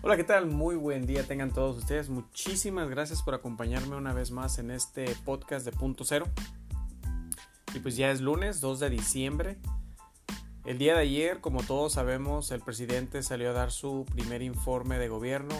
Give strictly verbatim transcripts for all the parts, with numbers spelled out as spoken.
Hola, ¿qué tal? Muy buen día tengan todos ustedes. Muchísimas gracias por acompañarme una vez más en este podcast de Punto Cero. Y pues ya es lunes, dos de diciembre. El día de ayer, como todos sabemos, el presidente salió a dar su primer informe de gobierno.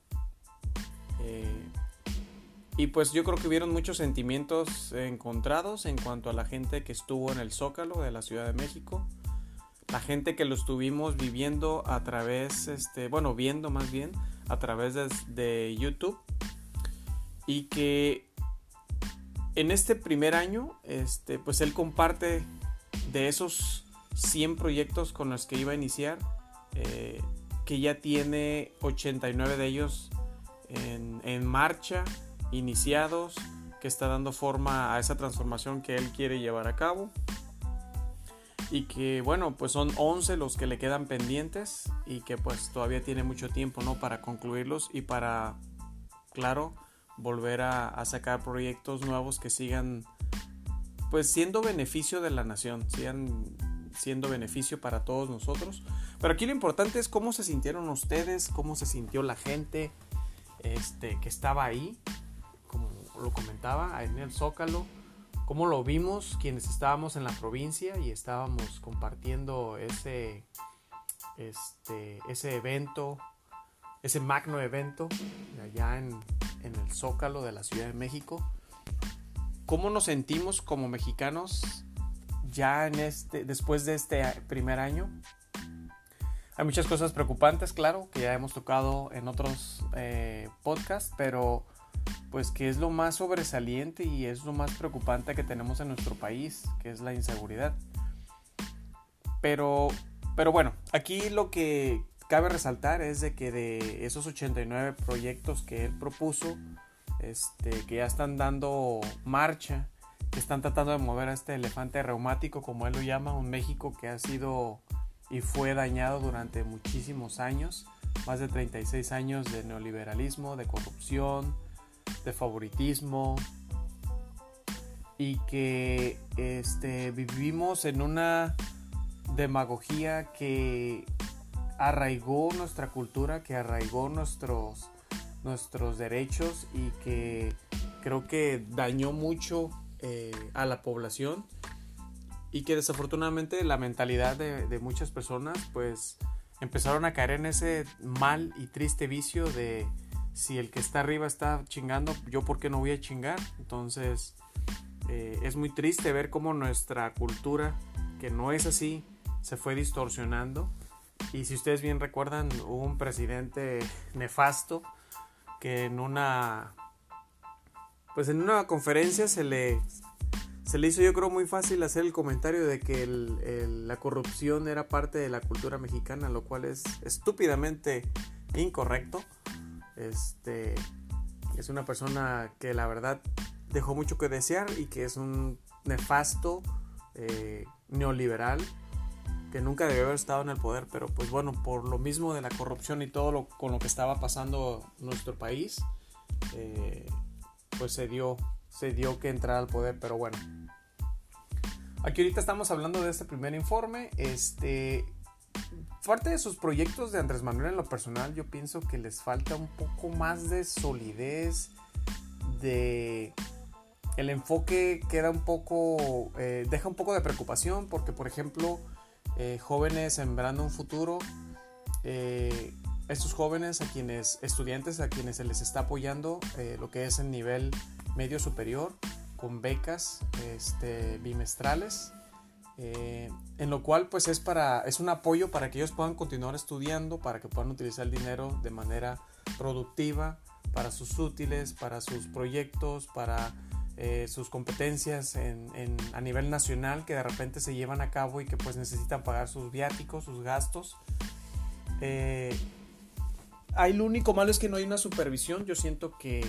Eh, y pues yo creo que hubieron muchos sentimientos encontrados en cuanto a la gente que estuvo en el Zócalo de la Ciudad de México. La gente que lo estuvimos viviendo a través, este, bueno, viendo más bien, a través de, de YouTube. Y que en este primer año, este, pues él comparte de esos cien proyectos con los que iba a iniciar, eh, que ya tiene ochenta y nueve de ellos en, en marcha, iniciados, que está dando forma a esa transformación que él quiere llevar a cabo. Y que bueno, pues son once los que le quedan pendientes y que pues todavía tiene mucho tiempo, ¿no?, para concluirlos y para, claro, volver a, a sacar proyectos nuevos que sigan pues siendo beneficio de la nación, sigan siendo beneficio para todos nosotros. Pero aquí lo importante es cómo se sintieron ustedes, cómo se sintió la gente este, que estaba ahí, como lo comentaba, en el Zócalo. Cómo lo vimos quienes estábamos en la provincia y estábamos compartiendo ese, este, ese evento, ese magno evento allá en, en el Zócalo de la Ciudad de México. Cómo nos sentimos como mexicanos ya en este, después de este primer año. Hay muchas cosas preocupantes, claro, que ya hemos tocado en otros eh, podcasts, pero pues que es lo más sobresaliente y es lo más preocupante que tenemos en nuestro país, que es la inseguridad. Pero, pero bueno, aquí lo que cabe resaltar es de que de esos ochenta y nueve proyectos que él propuso, este, que ya están dando marcha, que están tratando de mover a este elefante reumático, como él lo llama, un México que ha sido y fue dañado durante muchísimos años, más de treinta y seis años de neoliberalismo, de corrupción, de favoritismo, y que este, vivimos en una demagogía que arraigó nuestra cultura, que arraigó nuestros, nuestros derechos y que creo que dañó mucho eh, a la población, y que desafortunadamente la mentalidad de, de muchas personas pues empezaron a caer en ese mal y triste vicio de si el que está arriba está chingando, yo por qué no voy a chingar. Entonces eh, es muy triste ver cómo nuestra cultura, que no es así, se fue distorsionando. Y si ustedes bien recuerdan, hubo un presidente nefasto que en una pues en una conferencia se le se le hizo, yo creo, muy fácil hacer el comentario de que el, el, la corrupción era parte de la cultura mexicana, lo cual es estúpidamente incorrecto. Este, es una persona que la verdad dejó mucho que desear y que es un nefasto eh, neoliberal que nunca debió haber estado en el poder, pero pues bueno, por lo mismo de la corrupción y todo lo con lo que estaba pasando nuestro país, eh, pues se dio, se dio que entrar al poder. Pero bueno, aquí ahorita estamos hablando de este primer informe. Este, parte de sus proyectos de Andrés Manuel, en lo personal, yo pienso que les falta un poco más de solidez, de el enfoque queda un poco, eh, deja un poco de preocupación, porque por ejemplo, eh, jóvenes sembrando un futuro, eh, estos jóvenes a quienes, estudiantes a quienes se les está apoyando eh, lo que es el nivel medio superior, con becas este, bimestrales, eh, en lo cual pues es, para, es un apoyo para que ellos puedan continuar estudiando, para que puedan utilizar el dinero de manera productiva, para sus útiles, para sus proyectos, para eh, sus competencias en, en, a nivel nacional que de repente se llevan a cabo y que pues necesitan pagar sus viáticos, sus gastos. Eh, ahí lo único malo es que no hay una supervisión. Yo siento que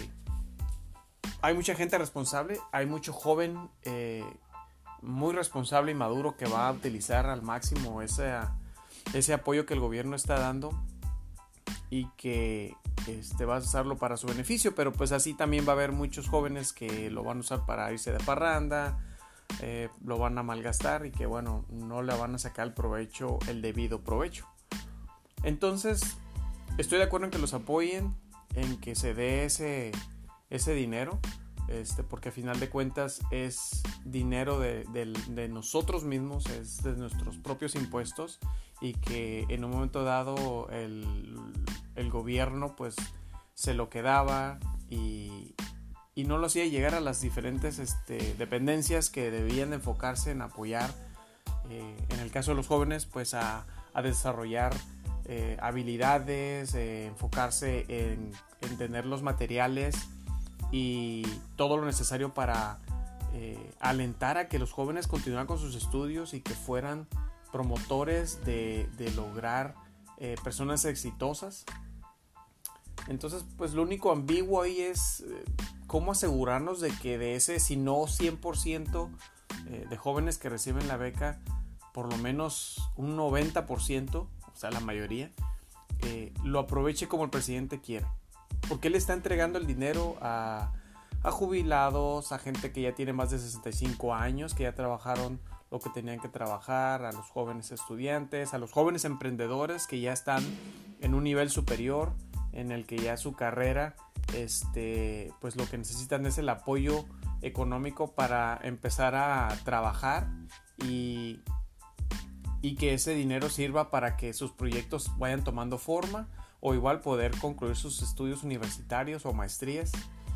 hay mucha gente responsable, hay mucho joven eh, muy responsable y maduro que va a utilizar al máximo ese, ese apoyo que el gobierno está dando y que este, va a usarlo para su beneficio, pero pues así también va a haber muchos jóvenes que lo van a usar para irse de parranda, eh, lo van a malgastar y que bueno, no le van a sacar el provecho, el debido provecho. Entonces estoy de acuerdo en que los apoyen, en que se dé ese, ese dinero, este, porque a final de cuentas es dinero de, de, de nosotros mismos, es de nuestros propios impuestos, y que en un momento dado el, el gobierno pues se lo quedaba y, y no lo hacía llegar a las diferentes este, dependencias que debían de enfocarse en apoyar, eh, en el caso de los jóvenes, pues a, a desarrollar eh, habilidades, eh, enfocarse en, en tener los materiales y todo lo necesario para eh, alentar a que los jóvenes continuaran con sus estudios y que fueran promotores de, de lograr eh, personas exitosas. Entonces, pues lo único ambiguo ahí es eh, cómo asegurarnos de que de ese, si no cien por ciento eh, de jóvenes que reciben la beca, por lo menos un noventa por ciento, o sea la mayoría, eh, lo aproveche como el presidente quiere. Porque él está entregando el dinero a, a jubilados, a gente que ya tiene más de sesenta y cinco años, que ya trabajaron lo que tenían que trabajar, a los jóvenes estudiantes, a los jóvenes emprendedores que ya están en un nivel superior, en el que ya su carrera, este, pues lo que necesitan es el apoyo económico para empezar a trabajar y, y que ese dinero sirva para que sus proyectos vayan tomando forma, o igual poder concluir sus estudios universitarios o maestrías.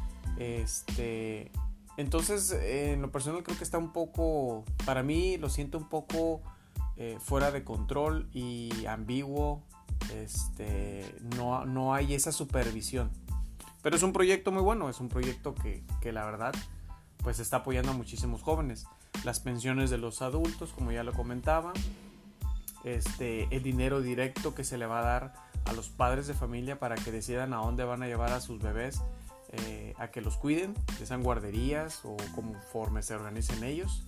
Este, entonces, en lo personal creo que está un poco, para mí lo siento un poco eh, fuera de control y ambiguo. Este, no, no hay esa supervisión. Pero es un proyecto muy bueno, es un proyecto que, que la verdad pues está apoyando a muchísimos jóvenes. Las pensiones de los adultos, como ya lo comentaba, este, el dinero directo que se le va a dar a los padres de familia para que decidan a dónde van a llevar a sus bebés, eh, a que los cuiden, que sean guarderías o conforme se organicen ellos.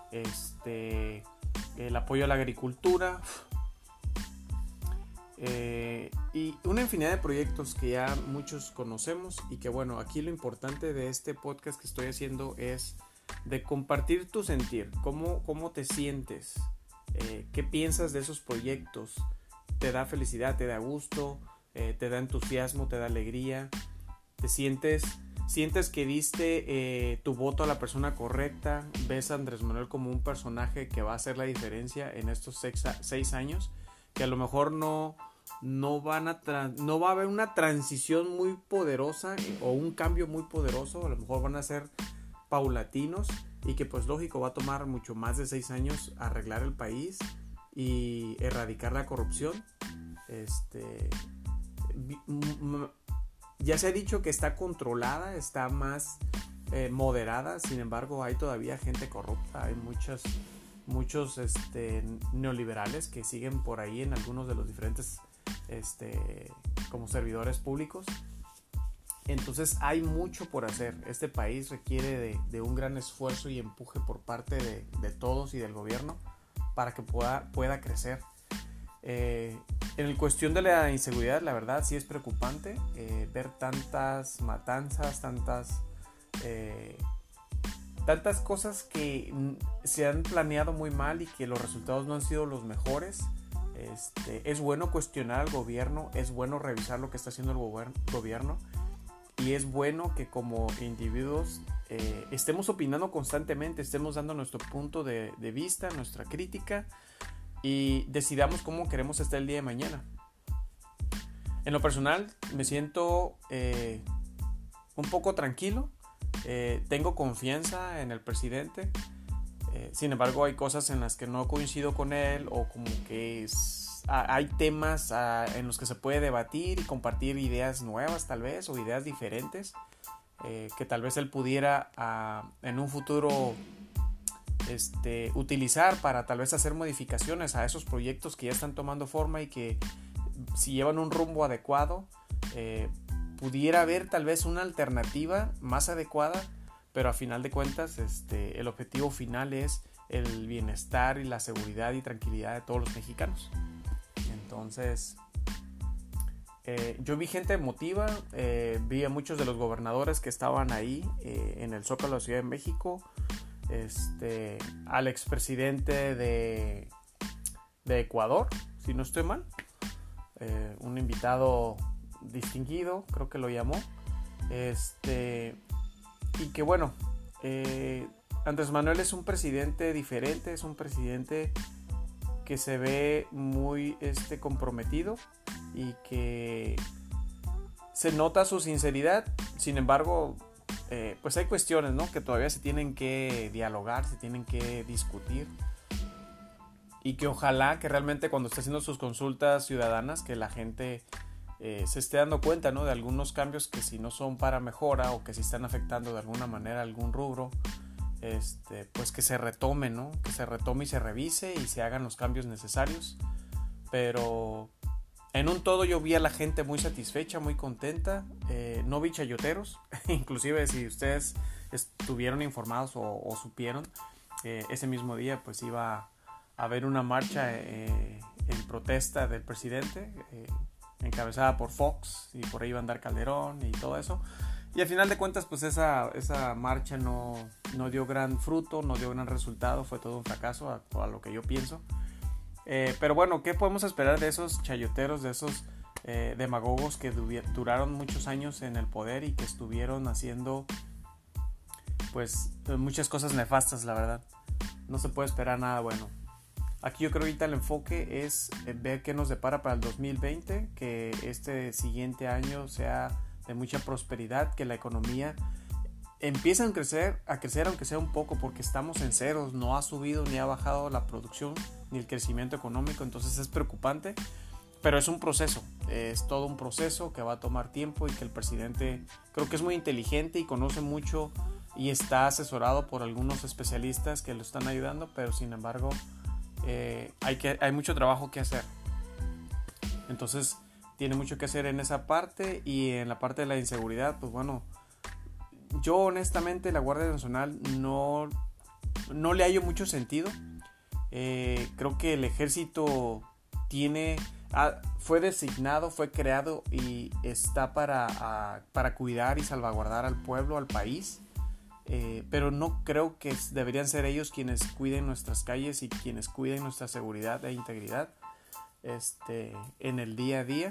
Este, el apoyo a la agricultura, eh, y una infinidad de proyectos que ya muchos conocemos, y que bueno, aquí lo importante de este podcast que estoy haciendo es de compartir tu sentir, cómo, cómo te sientes, eh, qué piensas de esos proyectos. Te da felicidad, te da gusto, eh, te da entusiasmo, te da alegría, te sientes, sientes que diste eh, tu voto a la persona correcta, ves a Andrés Manuel como un personaje que va a hacer la diferencia en estos seis, seis años, que a lo mejor no, no, van a tra- no va a haber una transición muy poderosa eh, o un cambio muy poderoso, a lo mejor van a ser paulatinos, y que pues lógico va a tomar mucho más de seis años arreglar el país y erradicar la corrupción. Este, ya se ha dicho que está controlada, está más eh, moderada, sin embargo hay todavía gente corrupta, hay muchos, muchos este, neoliberales que siguen por ahí en algunos de los diferentes este, como servidores públicos. Entonces hay mucho por hacer. Este país requiere de, de un gran esfuerzo y empuje por parte de, de todos y del gobierno para que pueda, pueda crecer. Eh, en el cuestión de la inseguridad, la verdad sí es preocupante eh, ver tantas matanzas, tantas, eh, tantas cosas que se han planeado muy mal y que los resultados no han sido los mejores. Este, es bueno cuestionar al gobierno, es bueno revisar lo que está haciendo el gober- gobierno, y es bueno que como individuos eh, estemos opinando constantemente, estemos dando nuestro punto de, de vista, nuestra crítica, y decidamos cómo queremos estar el día de mañana. En lo personal me siento eh, un poco tranquilo, eh, tengo confianza en el presidente, eh, sin embargo hay cosas en las que no coincido con él, o como que es, a, hay temas a, en los que se puede debatir y compartir ideas nuevas tal vez, o ideas diferentes, eh, que tal vez él pudiera a, en un futuro Este, utilizar para tal vez hacer modificaciones a esos proyectos que ya están tomando forma, y que si llevan un rumbo adecuado eh, pudiera haber tal vez una alternativa más adecuada, pero a final de cuentas este, el objetivo final es el bienestar y la seguridad y tranquilidad de todos los mexicanos. Entonces eh, yo vi gente emotiva, eh, vi a muchos de los gobernadores que estaban ahí eh, en el Zócalo de la Ciudad de México, Este, al expresidente de, de Ecuador, si no estoy mal, eh, un invitado distinguido, creo que lo llamó. Este, y que bueno, eh, Andrés Manuel es un presidente diferente, es un presidente que se ve muy este, comprometido y que se nota su sinceridad. Sin embargo, eh, pues hay cuestiones, ¿no?, que todavía se tienen que dialogar, se tienen que discutir, y que ojalá que realmente cuando esté haciendo sus consultas ciudadanas, que la gente eh, se esté dando cuenta, ¿no?, de algunos cambios que si no son para mejora o que si están afectando de alguna manera algún rubro, este, pues que se retome, ¿no? Que se retome y se revise y se hagan los cambios necesarios. Pero en un todo yo vi a la gente muy satisfecha, muy contenta. Eh, no vi chayoteros. Inclusive si ustedes estuvieron informados o, o supieron, eh, ese mismo día pues iba a haber una marcha eh, en protesta del presidente, eh, encabezada por Fox, y por ahí iba a andar Calderón y todo eso. Y al final de cuentas, pues esa, esa marcha no, no dio gran fruto, no dio gran resultado, fue todo un fracaso a, a lo que yo pienso. Eh, pero bueno, ¿qué podemos esperar de esos chayoteros, de esos eh, demagogos que duraron muchos años en el poder y que estuvieron haciendo pues muchas cosas nefastas, la verdad? No se puede esperar nada bueno. Aquí yo creo que ahorita el enfoque es ver qué nos depara para el dos mil veinte, que este siguiente año sea de mucha prosperidad, que la economía empiece a crecer, a crecer aunque sea un poco, porque estamos en ceros, no ha subido ni ha bajado la producción ni el crecimiento económico, entonces es preocupante, pero es un proceso, es todo un proceso que va a tomar tiempo y que el presidente creo que es muy inteligente y conoce mucho y está asesorado por algunos especialistas que lo están ayudando, pero sin embargo eh, hay, que, hay mucho trabajo que hacer. Entonces tiene mucho que hacer en esa parte, y en la parte de la inseguridad, pues bueno, yo honestamente la Guardia Nacional no, no le hallo mucho sentido. Eh, creo que el ejército tiene, ah, fue designado, fue creado y está para, ah, para cuidar y salvaguardar al pueblo, al país. Eh, pero no creo que deberían ser ellos quienes cuiden nuestras calles y quienes cuiden nuestra seguridad e integridad este, en el día a día.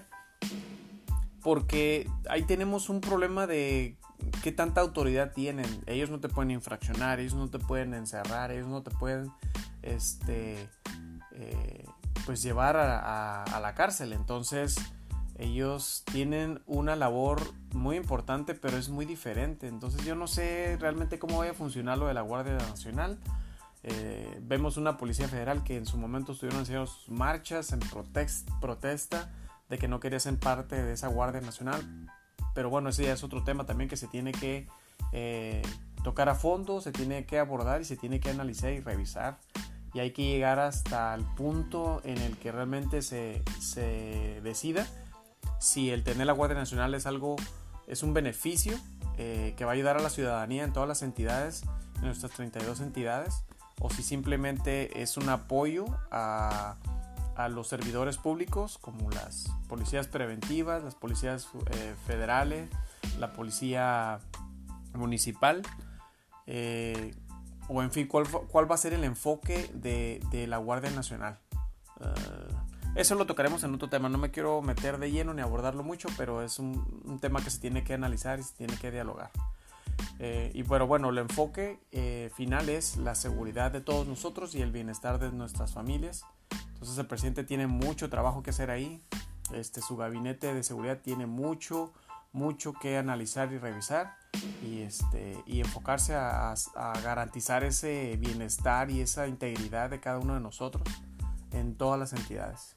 Porque ahí tenemos un problema de qué tanta autoridad tienen. Ellos no te pueden infraccionar, ellos no te pueden encerrar, ellos no te pueden este, eh, pues llevar a, a, a la cárcel. Entonces ellos tienen una labor muy importante, pero es muy diferente. Entonces yo no sé realmente cómo vaya a funcionar lo de la Guardia Nacional. Eh, vemos una policía federal que en su momento estuvieron haciendo sus marchas en protest, protesta de que no quería ser parte de esa Guardia Nacional, pero bueno, ese ya es otro tema también que se tiene que eh, tocar a fondo, se tiene que abordar y se tiene que analizar y revisar, y hay que llegar hasta el punto en el que realmente se, se decida si el tener la Guardia Nacional es algo, es un beneficio eh, que va a ayudar a la ciudadanía en todas las entidades, en nuestras treinta y dos entidades, o si simplemente es un apoyo a a los servidores públicos como las policías preventivas, las policías eh, federales, la policía municipal, eh, o en fin, cuál, cuál va a ser el enfoque de, de la Guardia Nacional. Uh, eso lo tocaremos en otro tema, no me quiero meter de lleno ni abordarlo mucho, pero es un, un tema que se tiene que analizar y se tiene que dialogar. Eh, y bueno, bueno, el enfoque eh, final es la seguridad de todos nosotros y el bienestar de nuestras familias. Entonces el presidente tiene mucho trabajo que hacer ahí. Este, su gabinete de seguridad tiene mucho, mucho que analizar y revisar, y, este, y enfocarse a, a garantizar ese bienestar y esa integridad de cada uno de nosotros en todas las entidades.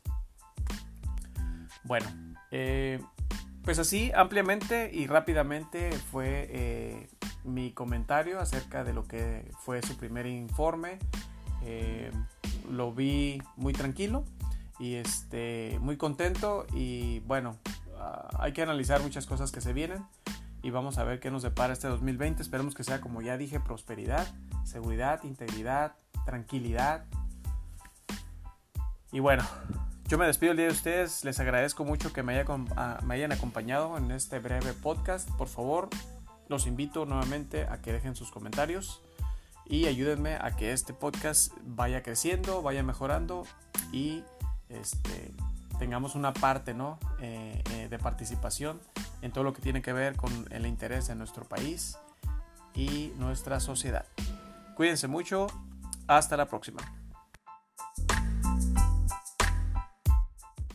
Bueno, eh, pues así ampliamente y rápidamente fue eh, mi comentario acerca de lo que fue su primer informe. Eh, lo vi muy tranquilo y este, muy contento, y bueno, uh, hay que analizar muchas cosas que se vienen y vamos a ver qué nos depara este dos mil veinte. Esperemos que sea, como ya dije, prosperidad, seguridad, integridad, tranquilidad. Y bueno, yo me despido el día de ustedes, les agradezco mucho que me, haya, uh, me hayan acompañado en este breve podcast. Por favor, los invito nuevamente a que dejen sus comentarios y ayúdenme a que este podcast vaya creciendo, vaya mejorando y este, tengamos una parte, ¿no? eh, eh, de participación en todo lo que tiene que ver con el interés de nuestro país y nuestra sociedad. Cuídense mucho, hasta la próxima.